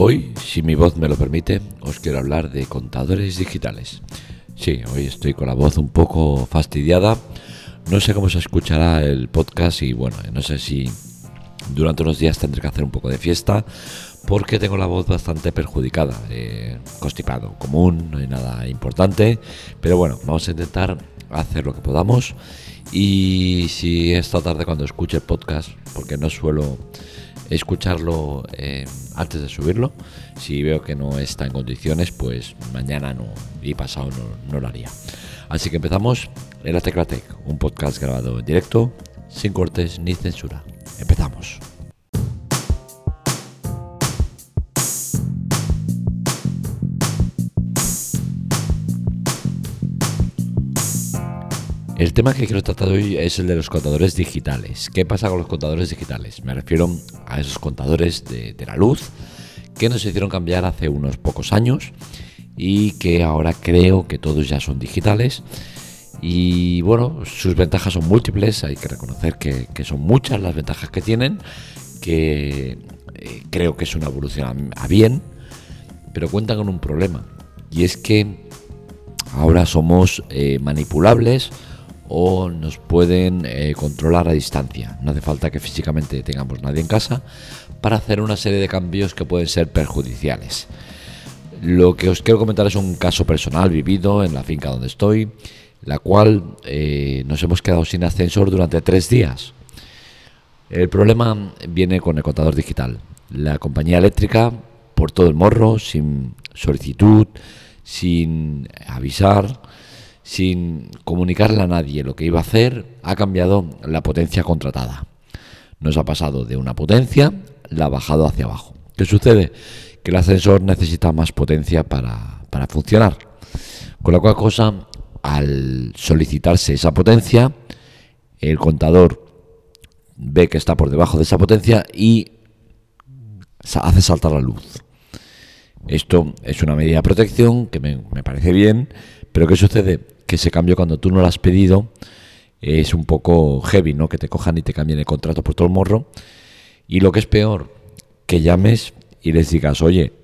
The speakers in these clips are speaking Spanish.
Hoy, si mi voz me lo permite, os quiero hablar de contadores digitales. Sí, hoy estoy con la voz un poco fastidiada. No sé cómo se escuchará el podcast y bueno, no sé si durante unos días tendré que hacer un poco de fiesta porque tengo la voz bastante perjudicada. Constipado común, no hay nada importante, pero bueno, vamos a intentar hacer lo que podamos. Y si esta tarde cuando escuche el podcast, porque no suelo escucharlo antes de subirlo, si veo que no está en condiciones, pues mañana no y pasado no lo haría. Así que empezamos en la Tecla Tech, un podcast grabado en directo, sin cortes ni censura. Empezamos. El tema que quiero tratar hoy es el de los contadores digitales. ¿Qué pasa con los contadores digitales? Me refiero a esos contadores de la luz que nos hicieron cambiar hace unos pocos años y que ahora creo que todos ya son digitales. Y bueno, sus ventajas son múltiples, hay que reconocer que son muchas las ventajas que tienen, que creo que es una evolución a bien, pero cuentan con un problema, y es que ahora somos manipulables o nos pueden controlar a distancia. No hace falta que físicamente tengamos nadie en casa para hacer una serie de cambios que pueden ser perjudiciales. Lo que os quiero comentar es un caso personal vivido en la finca donde estoy, la cual nos hemos quedado sin ascensor durante 3 días. El problema viene con el contador digital. La compañía eléctrica, por todo el morro, sin solicitud, sin avisar, sin comunicarle a nadie lo que iba a hacer, ha cambiado la potencia contratada. Nos ha pasado de una potencia, la ha bajado hacia abajo. ¿Qué sucede? Que el ascensor necesita más potencia para funcionar. Con la cual cosa, al solicitarse esa potencia, el contador ve que está por debajo de esa potencia y hace saltar la luz. Esto es una medida de protección que me parece bien, pero ¿qué sucede? Que ese cambio, cuando tú no lo has pedido, es un poco heavy, ¿no? Que te cojan y te cambien el contrato por todo el morro. Y lo que es peor, que llames y les digas, oye,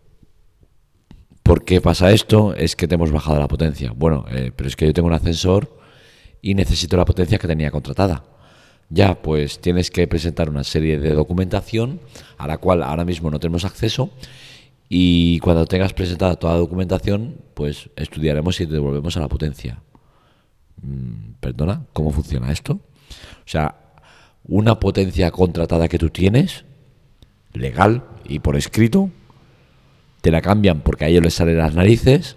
¿por qué pasa esto? Es que te hemos bajado la potencia. Bueno, pero es que yo tengo un ascensor y necesito la potencia que tenía contratada. Ya, pues tienes que presentar una serie de documentación a la cual ahora mismo no tenemos acceso, y cuando tengas presentada toda la documentación, pues estudiaremos y te devolvemos a la potencia. ¿Perdona? ¿Cómo funciona esto? O sea, una potencia contratada que tú tienes, legal y por escrito, te la cambian porque a ellos les salen las narices,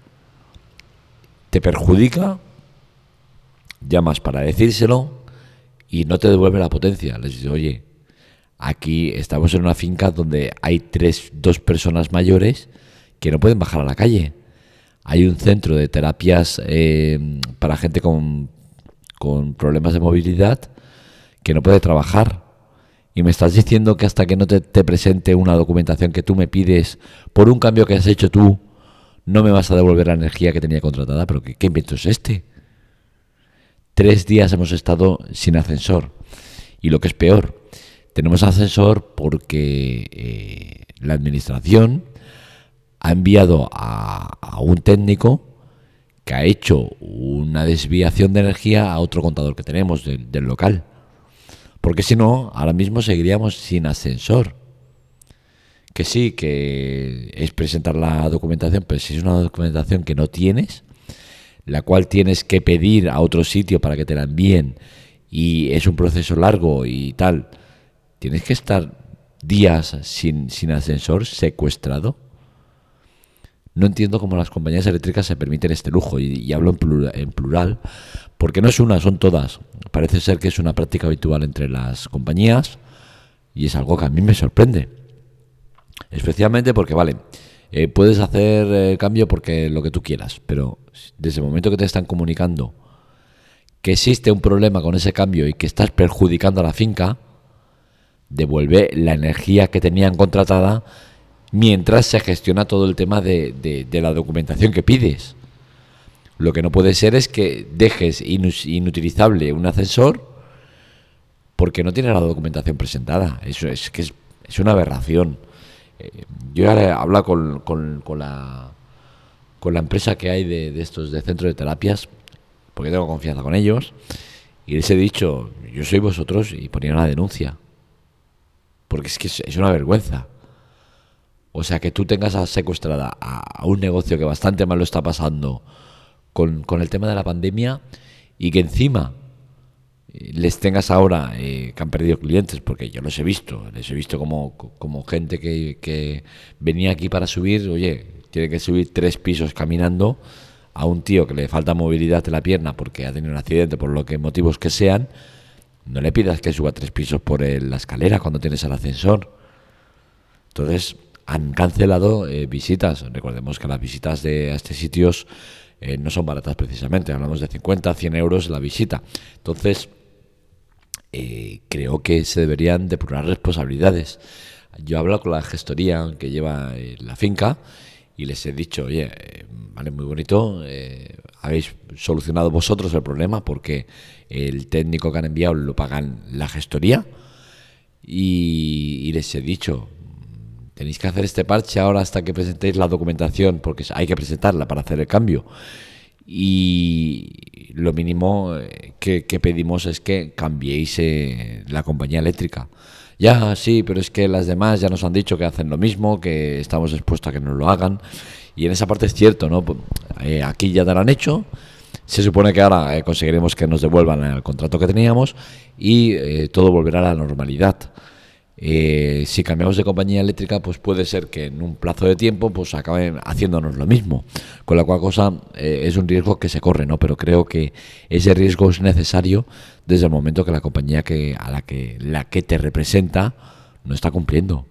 te perjudica, llamas para decírselo y no te devuelve la potencia. Les dices, oye, aquí estamos en una finca donde hay 2 personas mayores que no pueden bajar a la calle. Hay un centro de terapias para gente con problemas de movilidad que no puede trabajar. Y me estás diciendo que hasta que no te presente una documentación que tú me pides por un cambio que has hecho tú, no me vas a devolver la energía que tenía contratada. ¿Pero qué invento es este? 3 días hemos estado sin ascensor. Y lo que es peor, tenemos ascensor porque la administración ha enviado a un técnico que ha hecho una desviación de energía a otro contador que tenemos del local. Porque si no, ahora mismo seguiríamos sin ascensor. Que sí, que es presentar la documentación, pero si es una documentación que no tienes, la cual tienes que pedir a otro sitio para que te la envíen, y es un proceso largo y tal, tienes que estar días sin ascensor, secuestrado. No entiendo cómo las compañías eléctricas se permiten este lujo, y hablo en plural, porque no es una, son todas. Parece ser que es una práctica habitual entre las compañías y es algo que a mí me sorprende. Especialmente porque, vale, puedes hacer el cambio porque lo que tú quieras, pero desde el momento que te están comunicando que existe un problema con ese cambio y que estás perjudicando a la finca, devuelve la energía que tenían contratada mientras se gestiona todo el tema de la documentación que pides. Lo que no puede ser es que dejes inutilizable un ascensor porque no tiene la documentación presentada. Eso es que es una aberración. Yo ahora he hablado con la empresa que hay de estos de centro de terapias, porque tengo confianza con ellos, y les he dicho, yo soy vosotros, y ponía una denuncia, porque es que es una vergüenza. O sea, que tú tengas secuestrada a un negocio que bastante mal lo está pasando con el tema de la pandemia, y que encima les tengas ahora que han perdido clientes, porque yo les he visto como gente que venía aquí para subir, oye, tiene que subir 3 pisos caminando, a un tío que le falta movilidad de la pierna porque ha tenido un accidente, por lo que motivos que sean. No le pidas que suba 3 pisos por la escalera cuando tienes el ascensor. Entonces han cancelado visitas. Recordemos que las visitas a estos sitios no son baratas precisamente, hablamos de 50, 100 euros la visita. Entonces creo que se deberían depurar responsabilidades. Yo he hablado con la gestoría que lleva la finca y les he dicho, oye, vale, muy bonito, habéis solucionado vosotros el problema porque el técnico que han enviado lo pagan la gestoría, y les he dicho, tenéis que hacer este parche ahora hasta que presentéis la documentación, porque hay que presentarla para hacer el cambio. Y lo mínimo que pedimos es que cambiéis la compañía eléctrica. Ya, sí, pero es que las demás ya nos han dicho que hacen lo mismo, que estamos expuestos a que nos lo hagan. Y en esa parte es cierto, ¿no? Aquí ya te lo han hecho. Se supone que ahora conseguiremos que nos devuelvan el contrato que teníamos y todo volverá a la normalidad. Si cambiamos de compañía eléctrica, pues puede ser que en un plazo de tiempo pues acaben haciéndonos lo mismo, con la cual cosa es un riesgo que se corre, ¿no? Pero creo que ese riesgo es necesario desde el momento que la compañía la que te representa no está cumpliendo.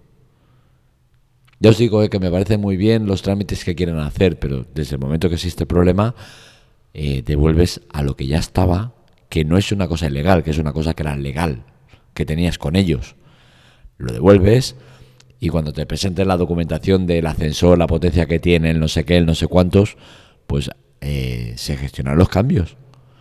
Ya os digo que me parece muy bien los trámites que quieren hacer, pero desde el momento que existe problema, devuelves a lo que ya estaba, que no es una cosa ilegal, que es una cosa que era legal, que tenías con ellos. Lo devuelves y cuando te presenten la documentación del ascensor, la potencia que tiene, el no sé qué, el no sé cuántos, pues se gestionan los cambios.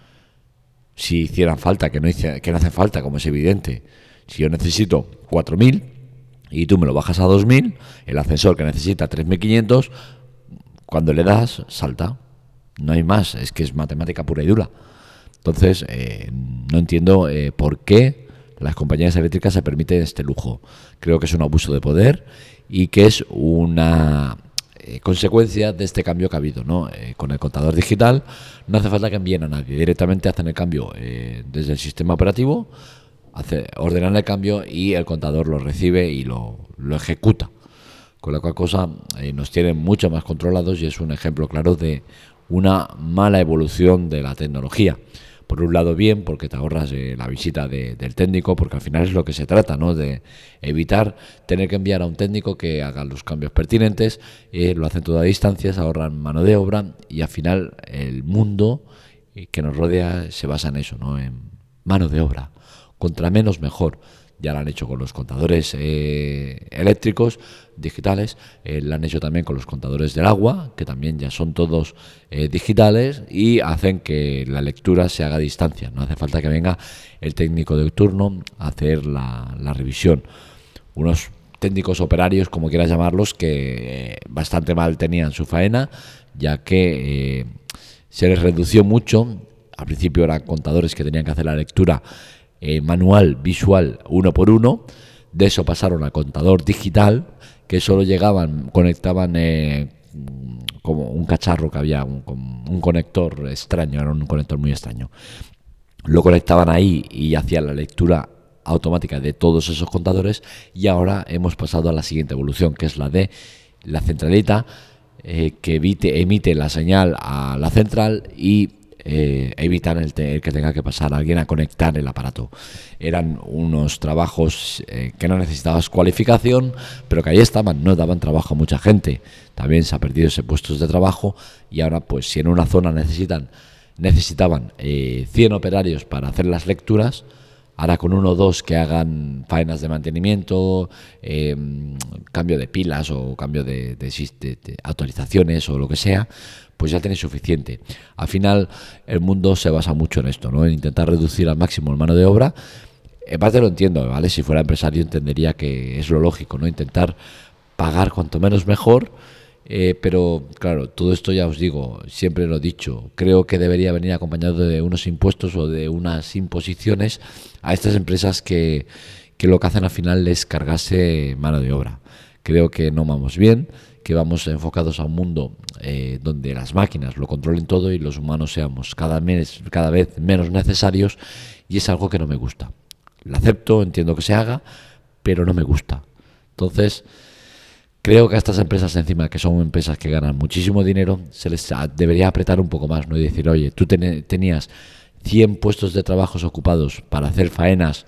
Si hicieran falta, que no hacen falta, como es evidente. Si yo necesito 4.000 y tú me lo bajas a 2.000, el ascensor que necesita 3.500, cuando le das, salta. No hay más, es que es matemática pura y dura. Entonces, no entiendo por qué las compañías eléctricas se permiten este lujo. Creo que es un abuso de poder y que es una consecuencia de este cambio que ha habido, ¿no? Con el contador digital no hace falta que envíen a nadie, directamente hacen el cambio desde el sistema operativo, ordenan el cambio y el contador lo recibe y lo ejecuta. Con la cual cosa nos tienen mucho más controlados y es un ejemplo claro de una mala evolución de la tecnología. Por un lado bien, porque te ahorras la visita del técnico, porque al final es lo que se trata, ¿no? De evitar tener que enviar a un técnico que haga los cambios pertinentes, lo hacen todo a distancia, se ahorran mano de obra y al final el mundo que nos rodea se basa en eso, ¿no? En mano de obra, contra menos mejor. Ya lo han hecho con los contadores eléctricos, digitales, lo han hecho también con los contadores del agua, que también ya son todos digitales y hacen que la lectura se haga a distancia. No hace falta que venga el técnico de turno a hacer la revisión. Unos técnicos operarios, como quieras llamarlos, que bastante mal tenían su faena, ya que se les redució mucho. Al principio eran contadores que tenían que hacer la lectura manual, visual, uno por uno. De eso pasaron a contador digital, que solo conectaban como un cacharro que había, un conector extraño, era un conector muy extraño. Lo conectaban ahí y hacían la lectura automática de todos esos contadores, y ahora hemos pasado a la siguiente evolución, que es la de la centralita que emite la señal a la central y evitar el que tenga que pasar a alguien a conectar el aparato. Eran unos trabajos que no necesitabas cualificación, pero que ahí estaban, no daban trabajo a mucha gente. También se ha perdido ese puestos de trabajo, y ahora pues si en una zona necesitaban 100 operarios para hacer las lecturas, ahora con 1 o 2 que hagan faenas de mantenimiento, cambio de pilas o cambio de actualizaciones o lo que sea, pues ya tenéis suficiente. Al final el mundo se basa mucho en esto, ¿no? En intentar reducir al máximo el mano de obra. En parte lo entiendo, ¿vale? Si fuera empresario entendería que es lo lógico, ¿no? Intentar pagar cuanto menos mejor. Pero claro, todo esto ya os digo, siempre lo he dicho, creo que debería venir acompañado de unos impuestos o de unas imposiciones a estas empresas que lo que hacen al final es cargarse mano de obra. Creo que no vamos bien, que vamos enfocados a un mundo donde las máquinas lo controlen todo y los humanos seamos cada vez menos necesarios, y es algo que no me gusta. Lo acepto, entiendo que se haga, pero no me gusta. Entonces, creo que a estas empresas, encima que son empresas que ganan muchísimo dinero, se les debería apretar un poco más, ¿no? Y decir, oye, tú tenías 100 puestos de trabajo ocupados para hacer faenas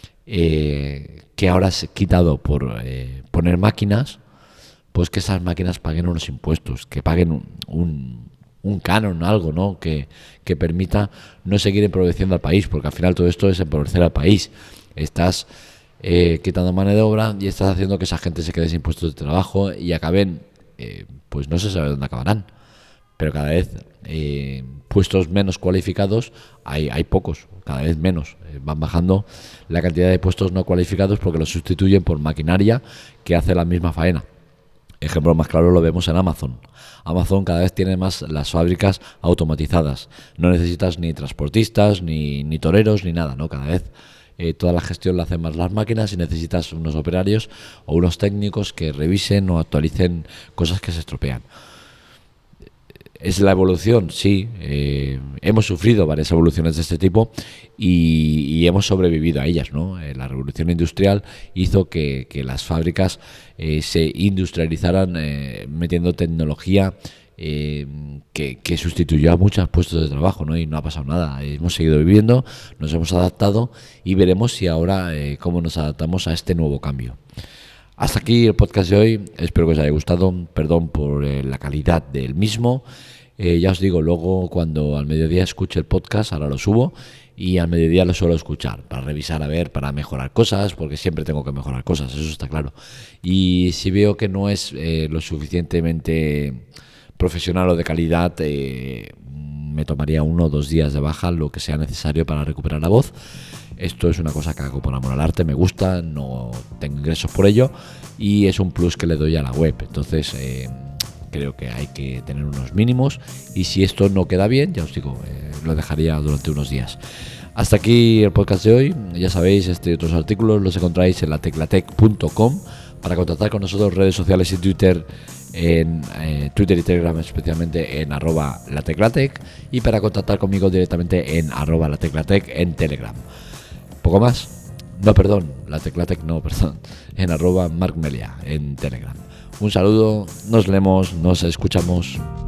que ahora has quitado por poner máquinas, pues que esas máquinas paguen unos impuestos, que paguen un canon, algo, ¿no? Que permita no seguir empobreciendo al país, porque al final todo esto es empobrecer al país. Estás quitando mano de obra y estás haciendo que esa gente se quede sin puestos de trabajo y acaben, pues no se sabe dónde acabarán, pero cada vez puestos menos cualificados hay pocos, cada vez menos. Van bajando la cantidad de puestos no cualificados porque los sustituyen por maquinaria que hace la misma faena. Ejemplo más claro lo vemos en Amazon. Amazon cada vez tiene más las fábricas automatizadas. No necesitas ni transportistas, ni toreros, ni nada, ¿no? Cada vez toda la gestión la hacen más las máquinas y necesitas unos operarios o unos técnicos que revisen o actualicen cosas que se estropean. ¿Es la evolución? Sí. Hemos sufrido varias evoluciones de este tipo y hemos sobrevivido a ellas, ¿no? La revolución industrial hizo que las fábricas se industrializaran metiendo tecnología que sustituyó a muchos puestos de trabajo, ¿no? Y no ha pasado nada. Hemos seguido viviendo, nos hemos adaptado y veremos si ahora cómo nos adaptamos a este nuevo cambio. Hasta aquí el podcast de hoy, espero que os haya gustado, perdón por la calidad del mismo. Ya os digo, luego cuando al mediodía escuche el podcast, ahora lo subo y al mediodía lo suelo escuchar para revisar, a ver, para mejorar cosas, porque siempre tengo que mejorar cosas, eso está claro. Y si veo que no es lo suficientemente profesional o de calidad, me tomaría 1 o 2 días de baja, lo que sea necesario para recuperar la voz. Esto es una cosa que hago por amor al arte, me gusta, no tengo ingresos por ello y es un plus que le doy a la web. Entonces creo que hay que tener unos mínimos y si esto no queda bien, ya os digo, lo dejaría durante unos días. Hasta aquí el podcast de hoy. Ya sabéis, este y otros artículos los encontráis en lateclatec.com. Para contactar con nosotros, redes sociales y Twitter, en Twitter y Telegram, especialmente en @lateclatec, y para contactar conmigo directamente en @lateclatec en Telegram. Poco más. No, perdón, lateclatec no, perdón. En @markmelia en Telegram. Un saludo, nos leemos, nos escuchamos.